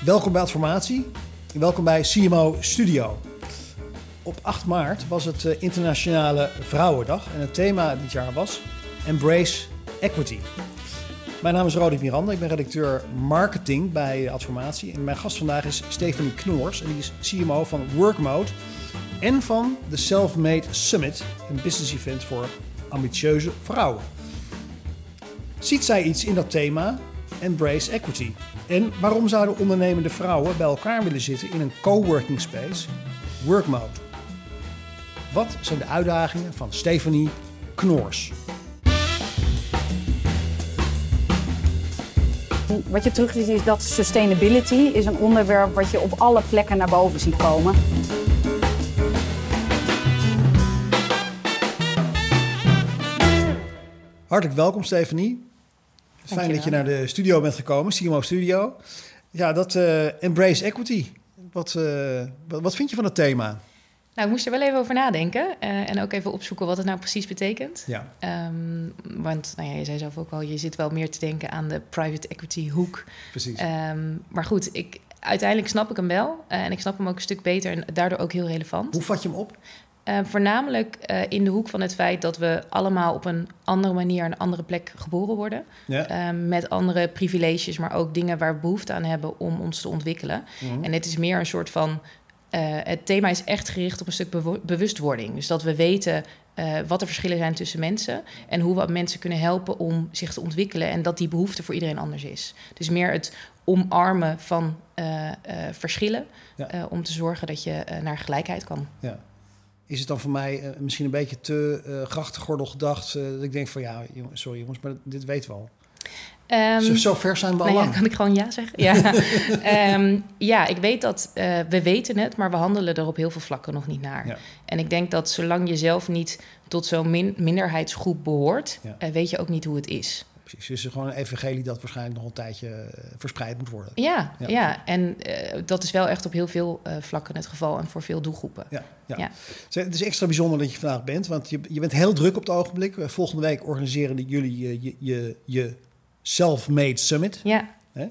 Welkom bij Adformatie. Welkom bij CMO Studio. Op 8 maart was het Internationale Vrouwendag en het thema dit jaar was Embrace Equity. Mijn naam is Roderick Miranda, ik ben redacteur marketing bij Adformatie. En mijn gast vandaag is Stephanie Knoors en die is CMO van Workmode en van de Self-Made Summit, een business event voor ambitieuze vrouwen. Ziet zij iets in dat thema Embrace Equity? En waarom zouden ondernemende vrouwen bij elkaar willen zitten in een coworking space, Workmode? Wat zijn de uitdagingen van Stephanie Knoors? Wat je terug ziet is dat sustainability is een onderwerp wat je op alle plekken naar boven ziet komen. Hartelijk welkom, Stephanie. Fijn dat je naar de studio bent gekomen, CMO Studio. Ja, dat Embrace Equity. Wat vind je van het thema? Nou, ik moest er wel even over nadenken en ook even opzoeken wat het nou precies betekent. Ja. Want je zei zelf ook al, je zit wel meer te denken aan de private equity hoek. Precies. Maar goed, uiteindelijk snap ik hem wel en ik snap hem ook een stuk beter en daardoor ook heel relevant. Hoe vat je hem op? Voornamelijk in de hoek van het feit dat we allemaal op een andere manier aan een andere plek geboren worden. Ja. Met andere privileges, maar ook dingen waar we behoefte aan hebben om ons te ontwikkelen. Mm-hmm. En het is meer een soort van... het thema is echt gericht op een stuk bewustwording. Dus dat we weten wat de verschillen zijn tussen mensen en hoe we mensen kunnen helpen om zich te ontwikkelen en dat die behoefte voor iedereen anders is. Dus meer het omarmen van verschillen, ja. Om te zorgen dat je naar gelijkheid kan. Ja. Is het dan voor mij misschien een beetje te grachtengordel gedacht? Dat ik denk van sorry jongens, maar dit weten we al. Zo ver zijn we al lang. Ja, kan ik gewoon ja zeggen? Ja, ik weet dat we weten het, maar we handelen er op heel veel vlakken nog niet naar. Ja. En ik denk dat zolang je zelf niet tot zo'n minderheidsgroep behoort, weet je ook niet hoe het is. Precies, dus gewoon een evangelie dat waarschijnlijk nog een tijdje verspreid moet worden. Ja. En dat is wel echt op heel veel vlakken het geval en voor veel doelgroepen. Ja. Het is extra bijzonder dat je vandaag bent, want je bent heel druk op het ogenblik. Volgende week organiseren jullie je Self-Made Summit. Ja.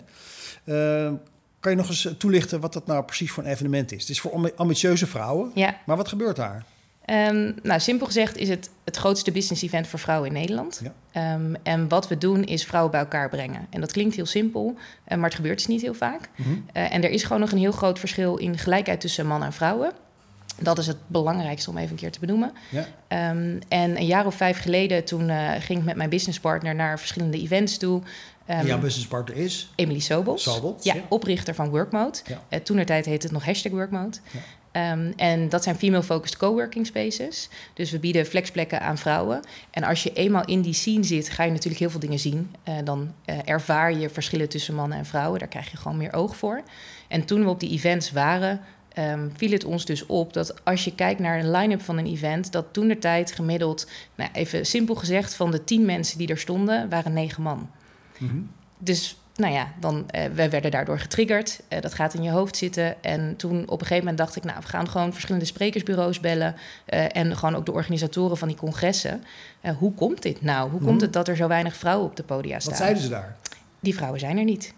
Kan je nog eens toelichten wat dat nou precies voor een evenement is? Het is voor ambitieuze vrouwen, maar wat gebeurt daar? Simpel gezegd is het grootste business event voor vrouwen in Nederland. Ja. En wat we doen is vrouwen bij elkaar brengen. En dat klinkt heel simpel, maar het gebeurt dus niet heel vaak. Mm-hmm. En er is gewoon nog een heel groot verschil in gelijkheid tussen mannen en vrouwen. Dat is het belangrijkste om even een keer te benoemen. Ja. En een jaar of 5 geleden, toen ging ik met mijn businesspartner naar verschillende events toe. Jouw businesspartner is? Emily Sobels. Ja, oprichter van Workmode. Ja. Toentertijd heette het nog #Workmode. Ja. En dat zijn female-focused coworking spaces. Dus we bieden flexplekken aan vrouwen. En als je eenmaal in die scene zit, ga je natuurlijk heel veel dingen zien. Dan ervaar je verschillen tussen mannen en vrouwen. Daar krijg je gewoon meer oog voor. En toen we op die events waren, viel het ons dus op dat als je kijkt naar een line-up van een event, dat toentertijd gemiddeld, even simpel gezegd, van de 10 mensen die er stonden, waren 9 man. Mm-hmm. Dus we werden daardoor getriggerd. Dat gaat in je hoofd zitten. En toen op een gegeven moment dacht ik, we gaan gewoon verschillende sprekersbureaus bellen. En gewoon ook de organisatoren van die congressen. Hoe komt dit nou? Hoe komt het dat er zo weinig vrouwen op de podia staan? Wat zeiden ze daar? Die vrouwen zijn er niet.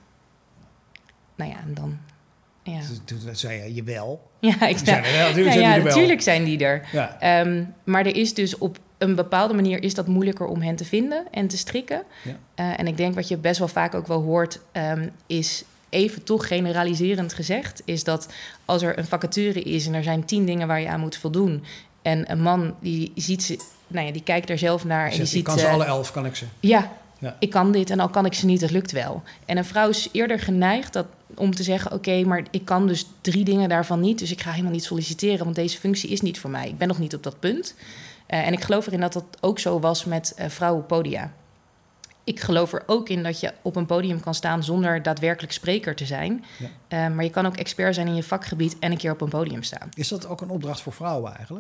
En dan... Ja. Toen zei je wel. Ja, ik zei natuurlijk zijn die er. Ja. Maar er is dus op een bepaalde manier is dat moeilijker om hen te vinden en te strikken. Ja. En ik denk wat je best wel vaak ook wel hoort, is even toch generaliserend gezegd, is dat als er een vacature is en er zijn 10 dingen waar je aan moet voldoen, en een man die ziet ze, die kijkt er zelf naar en die ziet. Ik kan ze alle 11, kan ik ze. Ja. Ik kan dit en al kan ik ze niet, het lukt wel. En een vrouw is eerder geneigd om te zeggen, oké, maar ik kan dus 3 dingen daarvan niet, dus ik ga helemaal niet solliciteren, want deze functie is niet voor mij. Ik ben nog niet op dat punt. En ik geloof erin dat dat ook zo was met vrouwenpodia. Ik geloof er ook in dat je op een podium kan staan zonder daadwerkelijk spreker te zijn. Ja. Maar je kan ook expert zijn in je vakgebied en een keer op een podium staan. Is dat ook een opdracht voor vrouwen eigenlijk?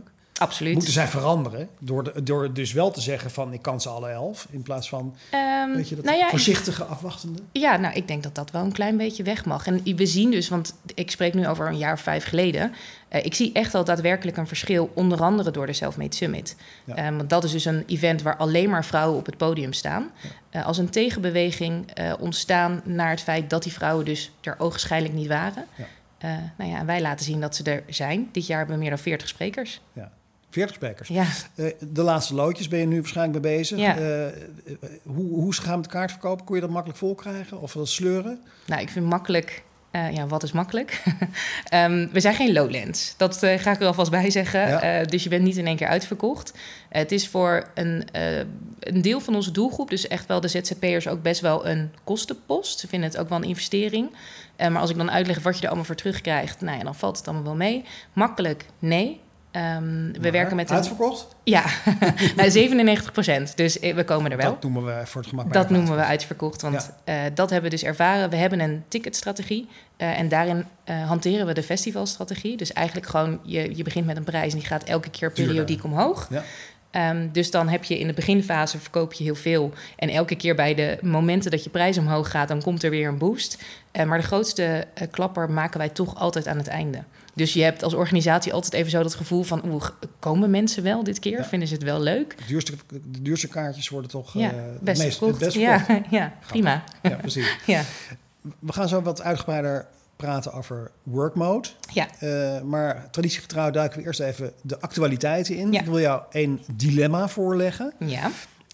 Absoluut. Moeten zij veranderen door dus wel te zeggen van ik kan ze alle 11 in plaats van voorzichtige, afwachtende? Ja, nou, ik denk dat dat wel een klein beetje weg mag. En we zien dus, want ik spreek nu over een jaar of 5 geleden. Ik zie echt al daadwerkelijk een verschil, onder andere door de Selfmade Summit. Ja. Want dat is dus een event waar alleen maar vrouwen op het podium staan. Ja. Als een tegenbeweging ontstaan naar het feit dat die vrouwen dus er ogenschijnlijk niet waren. Ja. En wij laten zien dat ze er zijn. Dit jaar hebben we meer dan 40 sprekers. Ja. 40 sprekers. Ja. De laatste loodjes ben je nu waarschijnlijk mee bezig. Ja. Hoe gaan we het kaart verkopen? Kon je dat makkelijk vol krijgen? Of dat sleuren? Nou, ik vind makkelijk... wat is makkelijk? We zijn geen Lowlands. Dat ga ik er alvast bij zeggen. Ja. Dus je bent niet in één keer uitverkocht. Het is voor een deel van onze doelgroep... dus echt wel de ZZP'ers ook best wel een kostenpost. Ze vinden het ook wel een investering. Maar als ik dan uitleg wat je er allemaal voor terugkrijgt... dan valt het allemaal wel mee. Makkelijk, nee. We werken met uitverkocht? Ja, 97%. Dus we komen er wel. Dat noemen we voor het gemak. Dat noemen we uitverkocht, want dat hebben we dus ervaren. We hebben een ticketstrategie en daarin hanteren we de festivalstrategie. Dus eigenlijk gewoon, je begint met een prijs en die gaat elke keer periodiek omhoog. Ja. Dus dan heb je in de beginfase verkoop je heel veel. En elke keer bij de momenten dat je prijs omhoog gaat... dan komt er weer een boost. Maar de grootste klapper maken wij toch altijd aan het einde. Dus je hebt als organisatie altijd even zo dat gevoel van... komen mensen wel dit keer? Ja. Vinden ze het wel leuk? De duurste kaartjes worden toch best verkocht. Ja, prima. Ja, precies. Ja. We gaan zo wat uitgebreider praten over workmode. Ja. Maar traditiegetrouw duiken we eerst even de actualiteiten in. Ja. Ik wil jou een dilemma voorleggen. Ja.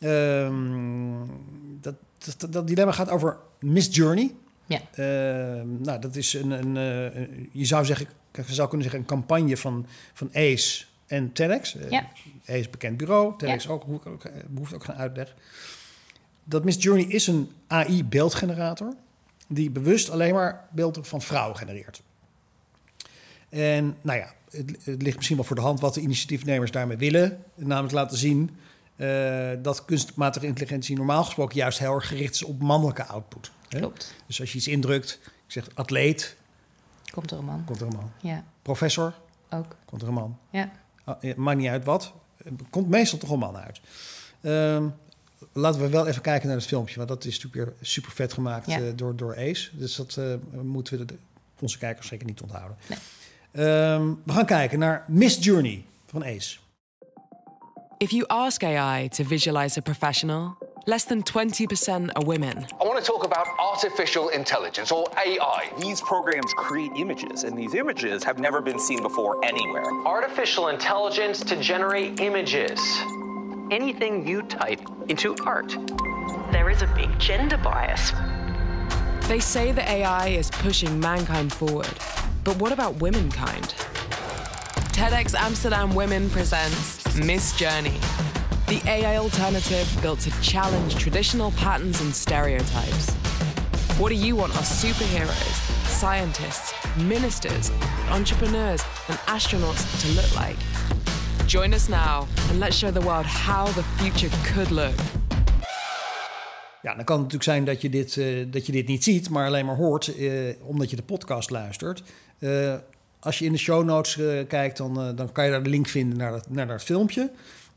Dat dilemma gaat over Miss Journey. Ja. Dat is je zou kunnen zeggen een campagne van ACE en TEDx. ACE bekend bureau, TEDx ook, behoeft ook geen uitleg. Dat Miss Journey is een AI-beeldgenerator... die bewust alleen maar beelden van vrouwen genereert. En het ligt misschien wel voor de hand... wat de initiatiefnemers daarmee willen. Namelijk laten zien dat kunstmatige intelligentie... normaal gesproken juist heel erg gericht is op mannelijke output. Klopt. Dus als je iets indrukt, ik zeg atleet... Komt er een man. Komt er een man. Ja. Professor. Ook. Komt er een man. Ja. Maakt niet uit wat. Komt meestal toch een man uit. Laten we wel even kijken naar het filmpje. Want dat is natuurlijk weer super vet gemaakt door Ace. Dus dat moeten we onze kijkers zeker niet onthouden. Nee. We gaan kijken naar Miss Journey van Ace. If you ask AI to visualize a professional, less than 20% are women. I want to talk about artificial intelligence, or AI. These programs create images, and these images have never been seen before anywhere. Artificial intelligence to generate images. Anything you type into art. There is a big gender bias. They say the AI is pushing mankind forward. But what about womankind? TEDx Amsterdam Women presents Miss Journey, the AI alternative built to challenge traditional patterns and stereotypes. What do you want our superheroes, scientists, ministers, entrepreneurs, and astronauts to look like? Join us now and let's show the world how the future could look. Ja, dan kan het natuurlijk zijn dat je dit niet ziet, maar alleen maar hoort, omdat je de podcast luistert. Als je in de show notes kijkt, dan kan je daar de link vinden naar dat filmpje.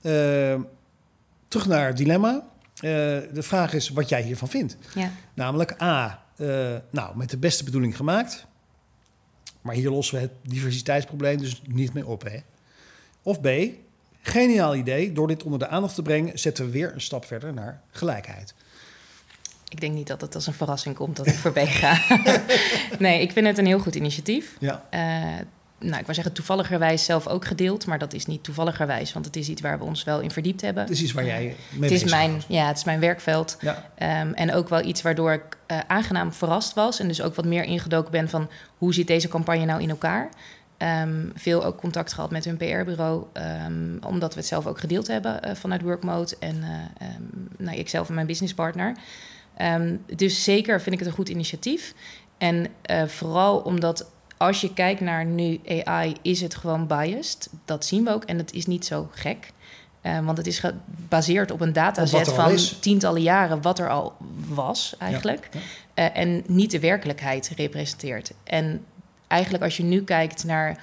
Terug naar het dilemma. De vraag is wat jij hiervan vindt. Ja. Namelijk met de beste bedoeling gemaakt. Maar hier lossen we het diversiteitsprobleem dus niet mee op. Hè? Of B, geniaal idee. Door dit onder de aandacht te brengen, zetten we weer een stap verder naar gelijkheid. Ik denk niet dat het als een verrassing komt dat ik voorbij ga. Nee, ik vind het een heel goed initiatief. Ja. Ik wou zeggen toevalligerwijs zelf ook gedeeld, maar dat is niet toevalligerwijs, want het is iets waar we ons wel in verdiept hebben. Het is iets waar jij mee bezig bent. Het is mijn werkveld. Ja. En ook wel iets waardoor ik aangenaam verrast was en dus ook wat meer ingedoken ben van hoe zit deze campagne nou in elkaar. Veel ook contact gehad met hun PR-bureau, omdat we het zelf ook gedeeld hebben vanuit Workmode en ikzelf en mijn businesspartner. Dus zeker vind ik het een goed initiatief. En vooral omdat als je kijkt naar nu AI, is het gewoon biased. Dat zien we ook en dat is niet zo gek. Want het is gebaseerd op een dataset van tientallen jaren wat er al was eigenlijk. En niet de werkelijkheid representeert. En eigenlijk als je nu kijkt naar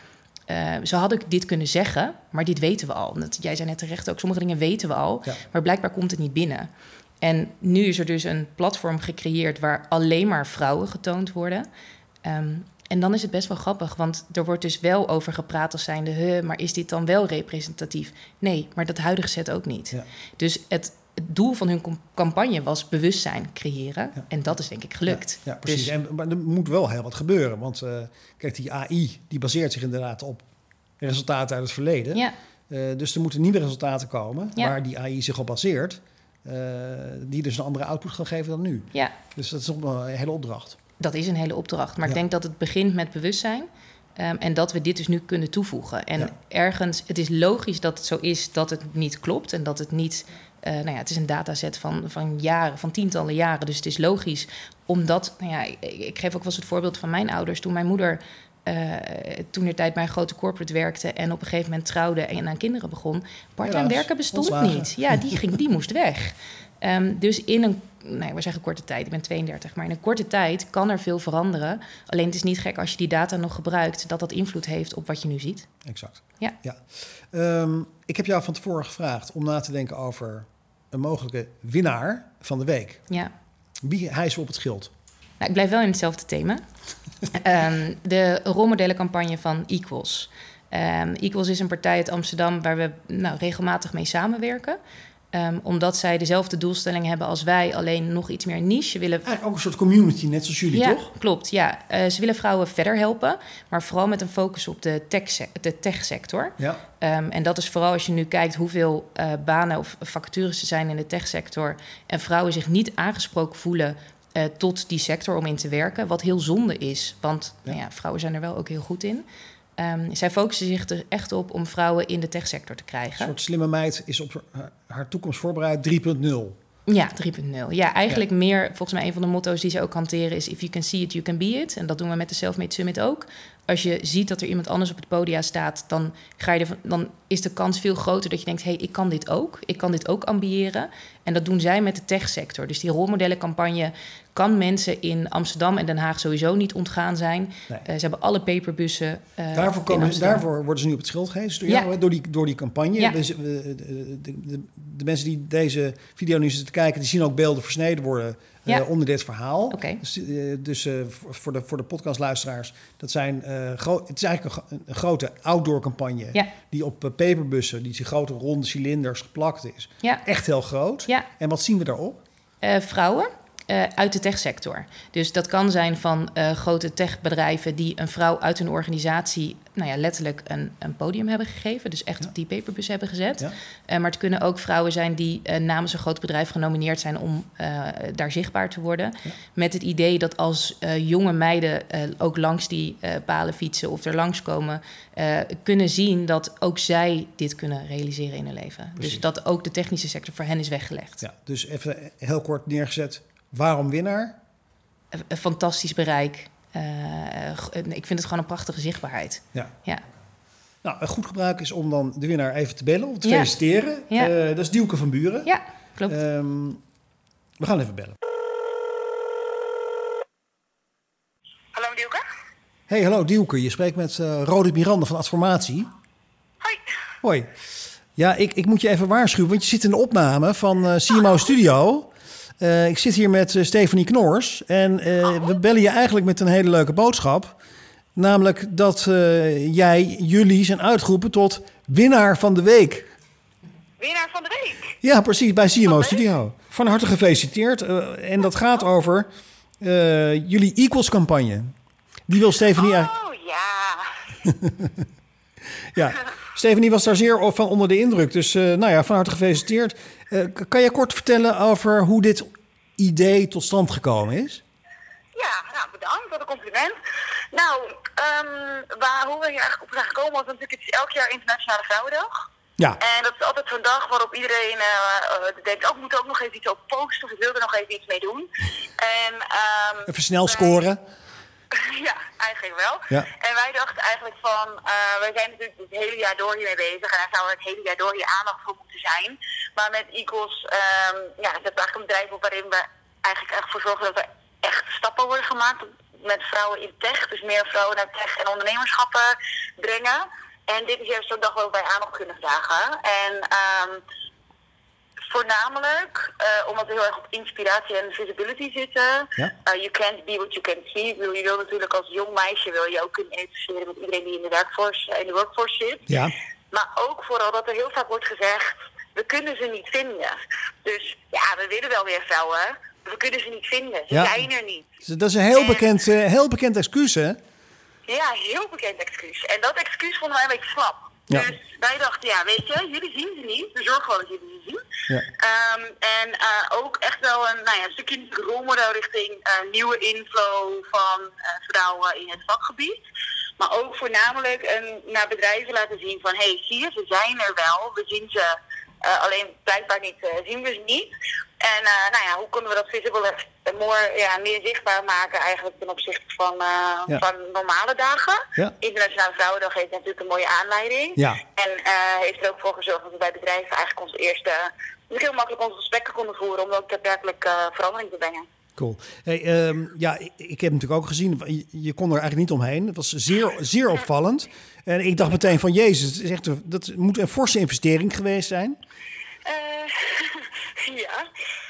ze hadden dit kunnen zeggen, maar dit weten we al. Jij zei net terecht ook, sommige dingen weten we al, maar blijkbaar komt het niet binnen. En nu is er dus een platform gecreëerd waar alleen maar vrouwen getoond worden. En dan is het best wel grappig, want er wordt dus wel over gepraat als zijnde... maar is dit dan wel representatief? Nee, maar dat huidige set ook niet. Ja. Dus het doel van hun campagne was bewustzijn creëren. Ja. En dat is denk ik gelukt. Ja, precies. Dus, maar er moet wel heel wat gebeuren. Want kijk, die AI die baseert zich inderdaad op resultaten uit het verleden. Ja. Dus er moeten nieuwe resultaten komen waar die AI zich op baseert... die dus een andere output gaan geven dan nu. Ja. Dus dat is nog een hele opdracht. Dat is een hele opdracht. Maar ik denk dat het begint met bewustzijn. En dat we dit dus nu kunnen toevoegen. En ergens, het is logisch dat het zo is dat het niet klopt. En dat het niet... het is een dataset van jaren, van tientallen jaren. Dus het is logisch. Omdat, ik geef ook wel eens het voorbeeld van mijn ouders. Toen mijn moeder toentertijd bij een grote corporate werkte... en op een gegeven moment trouwde en aan kinderen begon... part-time werken bestond niet. Ja, die moest weg. Dus in een, we zeggen korte tijd, ik ben 32... maar in een korte tijd kan er veel veranderen. Alleen het is niet gek als je die data nog gebruikt... dat invloed heeft op wat je nu ziet. Exact. Ja. Ik heb jou van tevoren gevraagd om na te denken over... een mogelijke winnaar van de week. Ja. Wie hijsen we op het schild? Ik blijf wel in hetzelfde thema. De rolmodellencampagne van Equals. Equals is een partij uit Amsterdam... waar we regelmatig mee samenwerken... omdat zij dezelfde doelstelling hebben als wij, alleen nog iets meer niche willen. Eigenlijk ook een soort community, net zoals jullie, toch? Klopt, ja. Ze willen vrouwen verder helpen, maar vooral met een focus op de techsector. Ja. En dat is vooral als je nu kijkt hoeveel banen of vacatures er zijn in de techsector en vrouwen zich niet aangesproken voelen tot die sector om in te werken, wat heel zonde is, want vrouwen zijn er wel ook heel goed in. Zij focussen zich er echt op om vrouwen in de techsector te krijgen. Een soort slimme meid is op haar toekomst voorbereid 3.0. Ja, 3.0. Ja, eigenlijk meer, volgens mij een van de motto's die ze ook hanteren is... if you can see it, you can be it. En dat doen we met de Selfmade Summit ook. Als je ziet dat er iemand anders op het podium staat... dan is de kans veel groter dat je denkt... ik kan dit ook. Ik kan dit ook ambiëren. En dat doen zij met de techsector. Dus die rolmodellencampagne kan mensen in Amsterdam en Den Haag sowieso niet ontgaan zijn. Nee. Ze hebben alle paperbussen Daarvoor worden ze nu op het schild gehezen door die campagne. Ja. De mensen die deze video nu zitten kijken... die zien ook beelden versneden worden onder dit verhaal. Okay. Dus voor de podcastluisteraars... het is eigenlijk een grote outdoor campagne... die op paperbussen, die grote ronde cilinders geplakt is. Ja. Echt heel groot. Ja. En wat zien we daarop? Vrouwen. Uit de techsector. Dus dat kan zijn van grote techbedrijven... die een vrouw uit hun organisatie letterlijk een podium hebben gegeven. Dus echt op die paperbus hebben gezet. Ja. Maar het kunnen ook vrouwen zijn die namens een groot bedrijf genomineerd zijn... om daar zichtbaar te worden. Ja. Met het idee dat als jonge meiden ook langs die palen fietsen... of er langskomen, kunnen zien dat ook zij dit kunnen realiseren in hun leven. Precies. Dus dat ook de technische sector voor hen is weggelegd. Ja, dus even heel kort neergezet... Waarom winnaar? Een fantastisch bereik. Ik vind het gewoon een prachtige zichtbaarheid. Ja. Nou, een goed gebruik is om dan de winnaar even te bellen of te feliciteren. Ja. Dat is Dielke van Buren. Ja, klopt. We gaan even bellen. Hallo Dielke. Hey, hallo Dielke. Je spreekt met Rodit Miranda van Adformatie. Hoi. Ja, ik moet je even waarschuwen, want je zit in de opname van CMO Studio... ik zit hier met Stephanie Knors en we bellen je eigenlijk met een hele leuke boodschap. Namelijk dat jullie zijn uitgeroepen tot winnaar van de week. Winnaar van de week? Ja, precies, bij CMO Studio. Van harte gefeliciteerd. En dat gaat over jullie Equals campagne. Die wil Stephanie eigenlijk... Ja, Stephanie was daar zeer van onder de indruk. Dus van harte gefeliciteerd. Kan je kort vertellen over hoe dit idee tot stand gekomen is? Ja, bedankt voor het compliment. Hoe we hier eigenlijk op zijn gekomen was natuurlijk... het is elk jaar Internationale Vrouwendag. Ja. En dat is altijd zo'n dag waarop iedereen denkt... we moeten ook nog even iets op posten... of ik wil er nog even iets mee doen. En, even snel scoren. Ja, eigenlijk wel. Ja. En wij dachten eigenlijk van... wij zijn natuurlijk het hele jaar door hiermee bezig... en daar zou het hele jaar door hier aandacht voor moeten zijn. Maar met Equals... dat is eigenlijk een bedrijf waarin we eigenlijk voor zorgen... dat er echt stappen worden gemaakt met vrouwen in tech, dus meer vrouwen naar tech en ondernemerschappen brengen. En dit is juist zo'n dag waarop wij aandacht kunnen vragen. En voornamelijk, omdat we heel erg op inspiratie en visibility zitten. Ja. You can't be what you can't see. Je wil natuurlijk als jong meisje wil je ook kunnen identificeren met iedereen die in de workforce zit. Ja. Maar ook vooral dat er heel vaak wordt gezegd, we kunnen ze niet vinden. Dus ja, we willen wel weer vrouwen, we kunnen ze niet vinden. Ze zijn er niet. Dat is een heel bekend excuus, hè? Ja, heel bekend excuus. En dat excuus vonden wij een beetje slap. Ja. Dus wij dachten, ja, weet je, jullie zien ze niet. We zorgen wel dat jullie ze zien. Ja. Ook echt wel een stukje rolmodel richting nieuwe inflow van vrouwen in het vakgebied. Maar ook voornamelijk naar bedrijven laten zien van, hey, zie je, ze zijn er wel. We zien ze, alleen blijkbaar niet, zien we ze niet. En hoe kunnen we dat visible meer zichtbaar maken eigenlijk ten opzichte van normale dagen. Ja. Internationale Vrouwendag heeft natuurlijk een mooie aanleiding. Ja. En heeft er ook voor gezorgd dat we bij bedrijven eigenlijk onze eerste, heel makkelijk onze gesprekken konden voeren om ook daadwerkelijk verandering te brengen. Cool. Hey, ik heb natuurlijk ook gezien, je kon er eigenlijk niet omheen. Het was zeer, zeer opvallend. En ik dacht meteen van, jezus, dat moet een forse investering geweest zijn. Ja.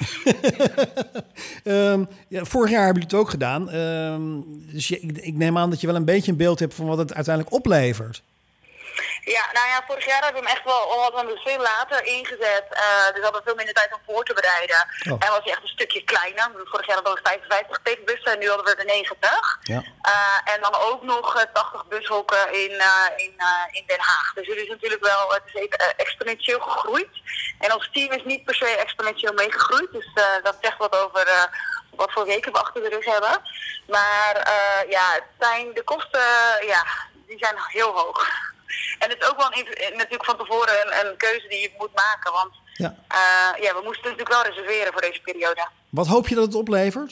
Vorig jaar hebben jullie het ook gedaan. Dus ik neem aan dat je wel een beetje een beeld hebt van wat het uiteindelijk oplevert. Ja, vorig jaar hebben we hem echt wel, hadden we hem veel later ingezet. Dus hadden we veel minder tijd om voor te bereiden. Oh. En was hij echt een stukje kleiner. Vorig jaar hadden we 55 takebussen en nu hadden we er 90. Ja. En dan ook nog 80 bushokken in Den Haag. Dus het is natuurlijk wel, het is exponentieel gegroeid. En ons team is niet per se exponentieel meegegroeid. Dus dat zegt wat over wat voor weken we achter de rug hebben. Maar de kosten, die zijn heel hoog. En het is ook wel natuurlijk van tevoren een keuze die je moet maken. Want we moesten natuurlijk wel reserveren voor deze periode. Wat hoop je dat het oplevert?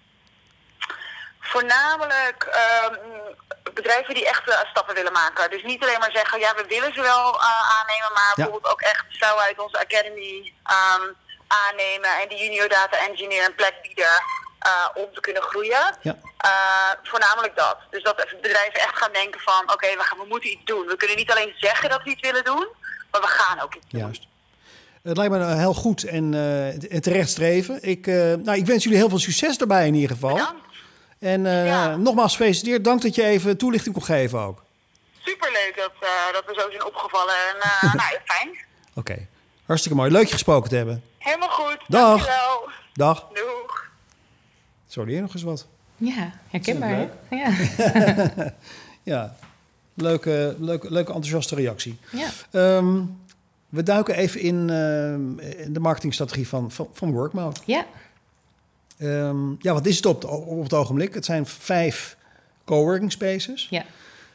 Voornamelijk bedrijven die echt stappen willen maken. Dus niet alleen maar zeggen, we willen ze wel aannemen. Maar bijvoorbeeld ook echt vrouwen uit onze academy aannemen. En die junior data engineer een plek bieden. Om te kunnen groeien. Ja. Voornamelijk dat. Dus dat bedrijven echt gaan denken van, oké, we moeten iets doen. We kunnen niet alleen zeggen dat we iets willen doen, maar we gaan ook iets doen. Juist. Het lijkt me heel goed en terecht streven. Ik wens jullie heel veel succes daarbij in ieder geval. Bedankt. En nogmaals gefeliciteerd. Dank dat je even toelichting kon geven ook. Superleuk dat we zo zijn opgevallen. En fijn. Oké. Hartstikke mooi. Leuk je gesproken te hebben. Helemaal goed. Dag. Dankjewel. Dag. Doeg. Zo, die nog eens wat. Ja, herkenbaar hè? Ja. Ja, leuke enthousiaste reactie. Ja. We duiken even in de marketingstrategie van Workmode. Ja. Wat is het op het ogenblik? Het zijn 5 coworking spaces. Ja.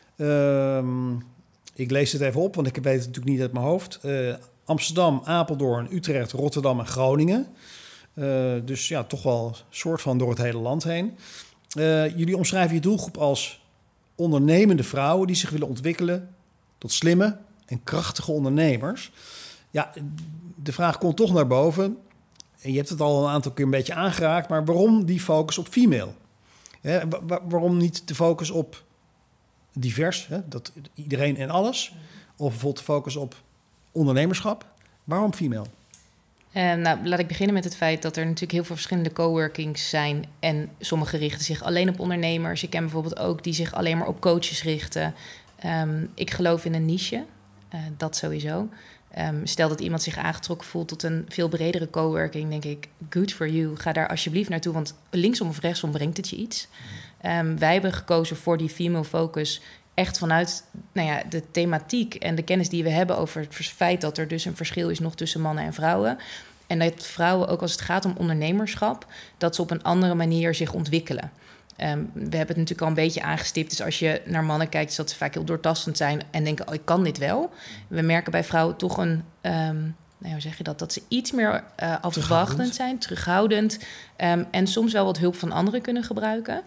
Ik lees het even op, want ik weet het natuurlijk niet uit mijn hoofd. Amsterdam, Apeldoorn, Utrecht, Rotterdam en Groningen. Dus toch wel soort van door het hele land heen. Jullie omschrijven je doelgroep als ondernemende vrouwen die zich willen ontwikkelen tot slimme en krachtige ondernemers. Ja, de vraag komt toch naar boven. En je hebt het al een aantal keer een beetje aangeraakt, maar waarom die focus op female? Waarom niet de focus op divers, dat iedereen en alles? Of bijvoorbeeld de focus op ondernemerschap? Waarom female? Laat ik beginnen met het feit dat er natuurlijk heel veel verschillende coworkings zijn. En sommige richten zich alleen op ondernemers. Ik ken bijvoorbeeld ook die zich alleen maar op coaches richten. Ik geloof in een niche, dat sowieso. Stel dat iemand zich aangetrokken voelt tot een veel bredere coworking, denk ik, good for you. Ga daar alsjeblieft naartoe, want linksom of rechtsom brengt het je iets. Wij hebben gekozen voor die female focus echt vanuit de thematiek en de kennis die we hebben over het feit dat er dus een verschil is nog tussen mannen en vrouwen. En dat vrouwen, ook als het gaat om ondernemerschap, dat ze op een andere manier zich ontwikkelen. We hebben het natuurlijk al een beetje aangestipt. Dus als je naar mannen kijkt, is dat ze vaak heel doortastend zijn en denken, ik kan dit wel. We merken bij vrouwen toch een, hoe zeg je dat? Dat ze iets meer afwachtend zijn, terughoudend. En soms wel wat hulp van anderen kunnen gebruiken.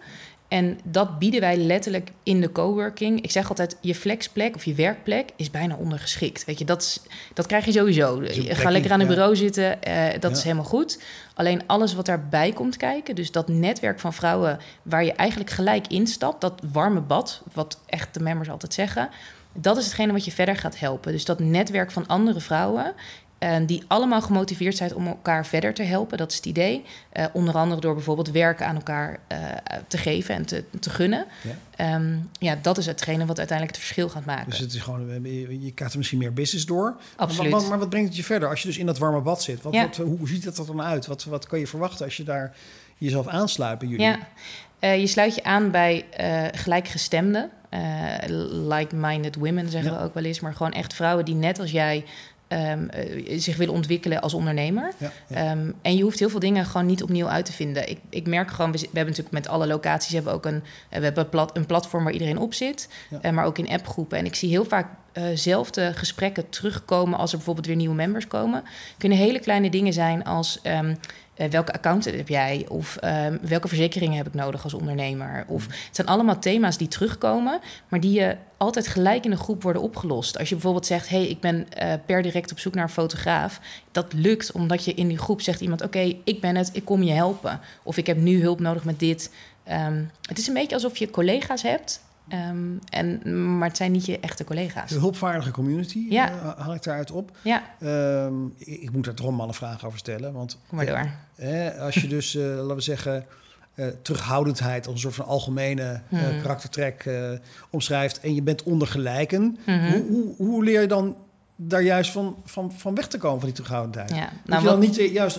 En dat bieden wij letterlijk in de coworking. Ik zeg altijd, je flexplek of je werkplek is bijna ondergeschikt. Weet je, dat krijg je sowieso. Ga lekker aan een bureau zitten, dat is helemaal goed. Alleen alles wat daarbij komt kijken, dus dat netwerk van vrouwen waar je eigenlijk gelijk instapt, dat warme bad, wat echt de members altijd zeggen, dat is hetgene wat je verder gaat helpen. Dus dat netwerk van andere vrouwen, die allemaal gemotiveerd zijn om elkaar verder te helpen. Dat is het idee. Onder andere door bijvoorbeeld werken aan elkaar te geven en te gunnen. Ja. Dat is hetgene wat uiteindelijk het verschil gaat maken. Dus het is gewoon, je krijgt er misschien meer business door. Absoluut. Maar wat brengt het je verder als je dus in dat warme bad zit? Hoe ziet het er dan uit? Wat kan je verwachten als je daar jezelf aansluit bij jullie? Ja. Je sluit je aan bij gelijkgestemden. Like-minded women zeggen we ook wel eens. Maar gewoon echt vrouwen die net als jij zich willen ontwikkelen als ondernemer. En je hoeft heel veel dingen gewoon niet opnieuw uit te vinden. Ik merk gewoon, we hebben natuurlijk met alle locaties hebben ook een platform waar iedereen op zit, maar ook in appgroepen. En ik zie heel vaak zelfde gesprekken terugkomen als er bijvoorbeeld weer nieuwe members komen. Kunnen hele kleine dingen zijn als welke account heb jij? Of welke verzekeringen heb ik nodig als ondernemer? Of het zijn allemaal thema's die terugkomen, maar die altijd gelijk in de groep worden opgelost. Als je bijvoorbeeld zegt, hey, ik ben per direct op zoek naar een fotograaf. Dat lukt omdat je in die groep zegt iemand, oké, ik ben het, ik kom je helpen. Of ik heb nu hulp nodig met dit. Het is een beetje alsof je collega's hebt. Maar het zijn niet je echte collega's. Een hulpvaardige community, haal ik daaruit op. Ja. Ik moet daar toch een mannenvraag over stellen. Want, kom maar door. Als je dus, laten we zeggen, terughoudendheid als een soort van algemene karaktertrek omschrijft en je bent onder gelijken, hoe leer je dan daar juist van weg te komen, van die terughoudendheid? Ja, moet je dan niet juist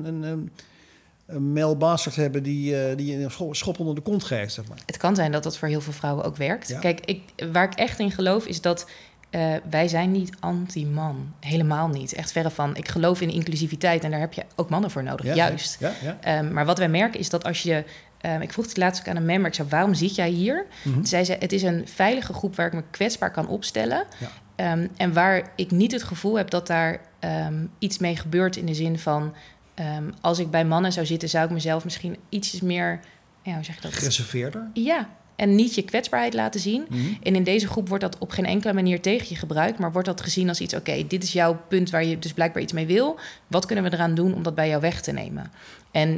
een male bastard hebben die een schop onder de kont geeft, zeg maar? Het kan zijn dat dat voor heel veel vrouwen ook werkt. Ja. Kijk, waar ik echt in geloof is dat wij zijn niet anti-man. Helemaal niet. Echt verre van. Ik geloof in inclusiviteit en daar heb je ook mannen voor nodig, juist. Ja. Maar wat wij merken is dat als je... ik vroeg het laatst ook aan een member. Ik zei, waarom zit jij hier? Toen zei ze, het is een veilige groep waar ik me kwetsbaar kan opstellen. Ja. En waar ik niet het gevoel heb dat daar iets mee gebeurt in de zin van... als ik bij mannen zou zitten, zou ik mezelf misschien ietsjes meer... hoe zeg je dat? Gereserveerder? Ja, en niet je kwetsbaarheid laten zien. En in deze groep wordt dat op geen enkele manier tegen je gebruikt... maar wordt dat gezien als iets, oké, dit is jouw punt waar je dus blijkbaar iets mee wil. Wat kunnen we eraan doen om dat bij jou weg te nemen? En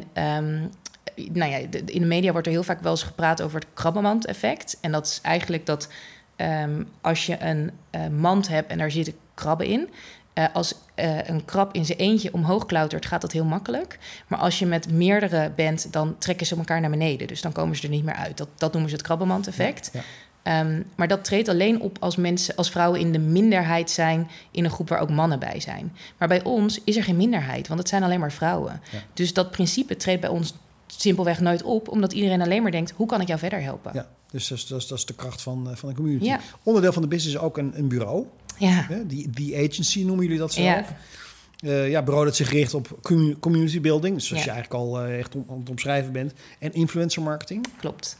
in de media wordt er heel vaak wel eens gepraat over het krabbenmand-effect. En dat is eigenlijk dat als je een mand hebt en daar zitten krabben in... als een krab in zijn eentje omhoog klautert, gaat dat heel makkelijk. Maar als je met meerdere bent, dan trekken ze elkaar naar beneden. Dus dan komen ze er niet meer uit. Dat noemen ze het krabbenmand-effect. Ja. Maar dat treedt alleen op als vrouwen in de minderheid zijn... in een groep waar ook mannen bij zijn. Maar bij ons is er geen minderheid, want het zijn alleen maar vrouwen. Ja. Dus dat principe treedt bij ons simpelweg nooit op... omdat iedereen alleen maar denkt, hoe kan ik jou verder helpen? Ja, dus dat is de kracht van de community. Ja. Onderdeel van de business is ook een bureau. Ja. Die agency noemen jullie dat zelf. Ja. Bureau dat zich richt op community building. Dus als je eigenlijk al echt aan het omschrijven bent. En influencer marketing. Klopt.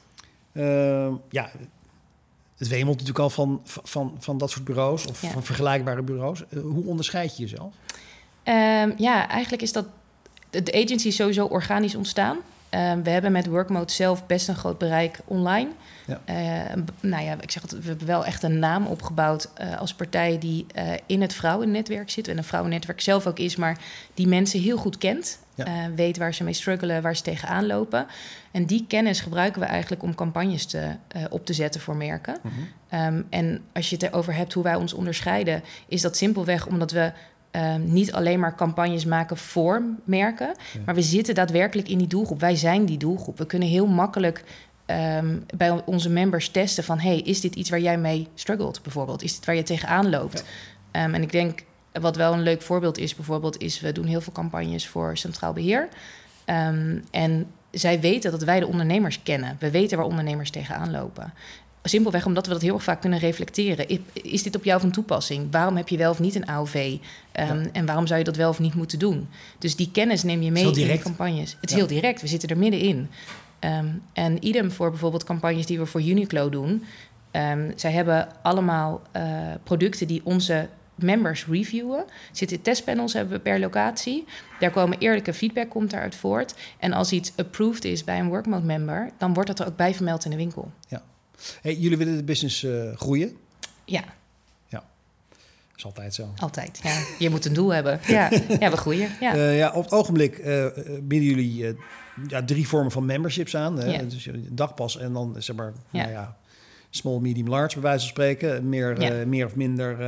Het wemelt natuurlijk al van dat soort bureaus. Of van vergelijkbare bureaus. Hoe onderscheid je jezelf? Eigenlijk is dat... De agency is sowieso organisch ontstaan. We hebben met Workmode zelf best een groot bereik online. Ja. Ik zeg het, we hebben wel echt een naam opgebouwd als partij die in het vrouwennetwerk zit. En een vrouwennetwerk zelf ook is, maar die mensen heel goed kent. Ja. Weet waar ze mee struggelen, waar ze tegenaan lopen. En die kennis gebruiken we eigenlijk om campagnes op te zetten voor merken. En als je het erover hebt hoe wij ons onderscheiden, is dat simpelweg omdat we niet alleen maar campagnes maken voor merken, maar we zitten daadwerkelijk in die doelgroep. Wij zijn die doelgroep. We kunnen heel makkelijk bij onze members testen van... hey, is dit iets waar jij mee struggelt bijvoorbeeld? Is dit waar je tegenaan loopt? Ja. En ik denk, wat wel een leuk voorbeeld is bijvoorbeeld... is we doen heel veel campagnes voor Centraal Beheer. En zij weten dat wij de ondernemers kennen. We weten waar ondernemers tegenaan lopen. Simpelweg omdat we dat heel erg vaak kunnen reflecteren. Is dit op jou van toepassing? Waarom heb je wel of niet een AOV? En waarom zou je dat wel of niet moeten doen? Dus die kennis neem je mee in die campagnes. Het is heel direct, we zitten er middenin. En idem voor bijvoorbeeld campagnes die we voor Uniqlo doen. Zij hebben allemaal producten die onze members reviewen. Zitten testpanels hebben we per locatie. Daar komen eerlijke feedback, komt daaruit voort. En als iets approved is bij een workmode member, dan wordt dat er ook bij vermeld in de winkel. Ja. Hey, jullie willen de business groeien? Ja. Ja. Dat is altijd zo. Altijd, ja. Je moet een doel hebben. Ja, we groeien. Ja. Op het ogenblik bieden jullie 3 vormen van memberships aan. Hè? Dus een dagpas en dan zeg maar small, medium, large bij wijze van spreken. Meer of minder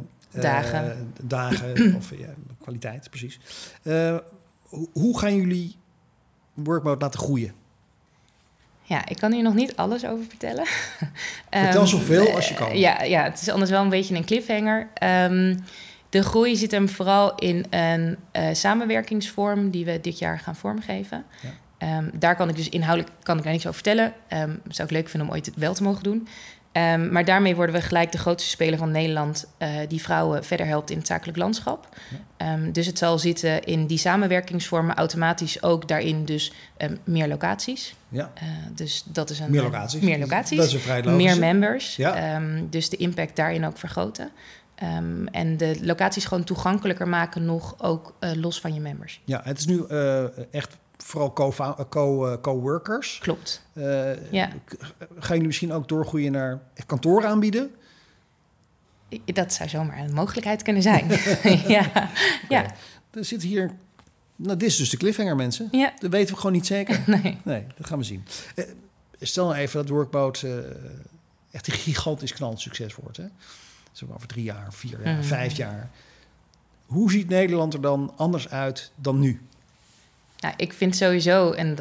dagen of kwaliteit, precies. Hoe gaan jullie workmode laten groeien? Ja, ik kan hier nog niet alles over vertellen. Vertel zoveel als je kan. Ja, het is anders wel een beetje een cliffhanger. De groei zit hem vooral in een samenwerkingsvorm die we dit jaar gaan vormgeven. Ja. Daar kan ik dus inhoudelijk daar niks over vertellen. Zou ik leuk vinden om ooit wel te mogen doen. Maar daarmee worden we gelijk de grootste speler van Nederland die vrouwen verder helpt in het zakelijk landschap. Ja. Dus het zal zitten in die samenwerkingsvormen, automatisch ook daarin dus meer locaties. Ja. Dus dat is meer locaties. Meer locaties. Dat is een vrij logische. Meer members. Ja. Dus de impact daarin ook vergroten. En de locaties gewoon toegankelijker maken nog ook los van je members. Ja, het is nu echt vooral coworkers. Klopt. Gaan jullie misschien ook doorgroeien naar kantoor aanbieden? Dat zou zomaar een mogelijkheid kunnen zijn. Ja. Er zit hier... Nou, dit is dus de cliffhanger, mensen. Ja. Dat weten we gewoon niet zeker. Nee, dat gaan we zien. Stel nou even dat Workmode echt een gigantisch knallend succes wordt. Hè? Zo over 3 jaar, 4 jaar, 5 jaar. Hoe ziet Nederland er dan anders uit dan nu? Nou, ik vind sowieso, en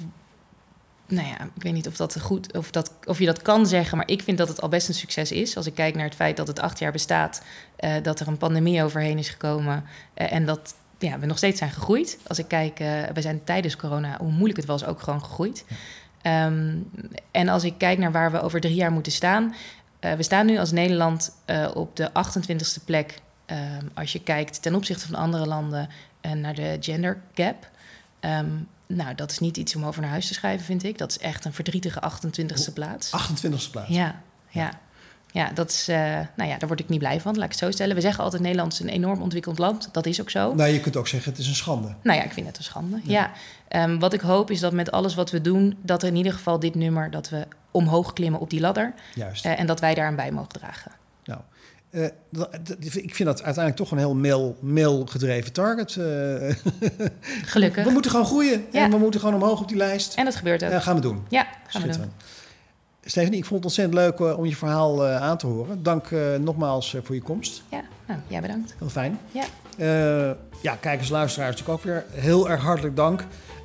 ik weet niet of je dat kan zeggen, maar ik vind dat het al best een succes is. Als ik kijk naar het feit dat het 8 jaar bestaat, dat er een pandemie overheen is gekomen en dat we nog steeds zijn gegroeid. Als ik kijk, we zijn tijdens corona, hoe moeilijk het was, ook gewoon gegroeid. Ja. En als ik kijk naar waar we over 3 jaar moeten staan, we staan nu als Nederland op de 28e plek. Als je kijkt ten opzichte van andere landen naar de gender gap. Dat is niet iets om over naar huis te schrijven, vind ik. Dat is echt een verdrietige 28e plaats. 28e plaats? Ja, dat is, daar word ik niet blij van, laat ik het zo stellen. We zeggen altijd Nederland is een enorm ontwikkeld land. Dat is ook zo. Nou, je kunt ook zeggen het is een schande. Nou ja, ik vind het een schande, ja. Wat ik hoop is dat met alles wat we doen, dat er in ieder geval dit nummer, dat we omhoog klimmen op die ladder. Juist. En dat wij daaraan bij mogen dragen. Nou, ik vind dat uiteindelijk toch een heel mail-gedreven target. Gelukkig. We moeten gewoon groeien. Ja. En we moeten gewoon omhoog op die lijst. En dat gebeurt ook. Gaan we doen. Ja, gaan we doen. Stephanie, ik vond het ontzettend leuk om je verhaal aan te horen. Dank nogmaals voor je komst. Ja, jij bedankt. Heel fijn. Ja. Kijkers, luisteraars natuurlijk ook weer heel erg hartelijk dank.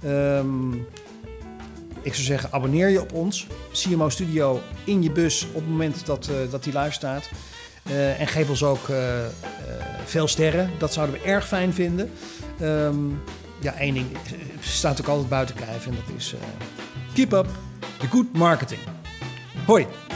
Ik zou zeggen, abonneer je op ons. CMO Studio in je bus op het moment dat die live staat. En geef ons ook veel sterren. Dat zouden we erg fijn vinden. Één ding staat ook altijd buiten kijf. En dat is keep up the good marketing. Hoi!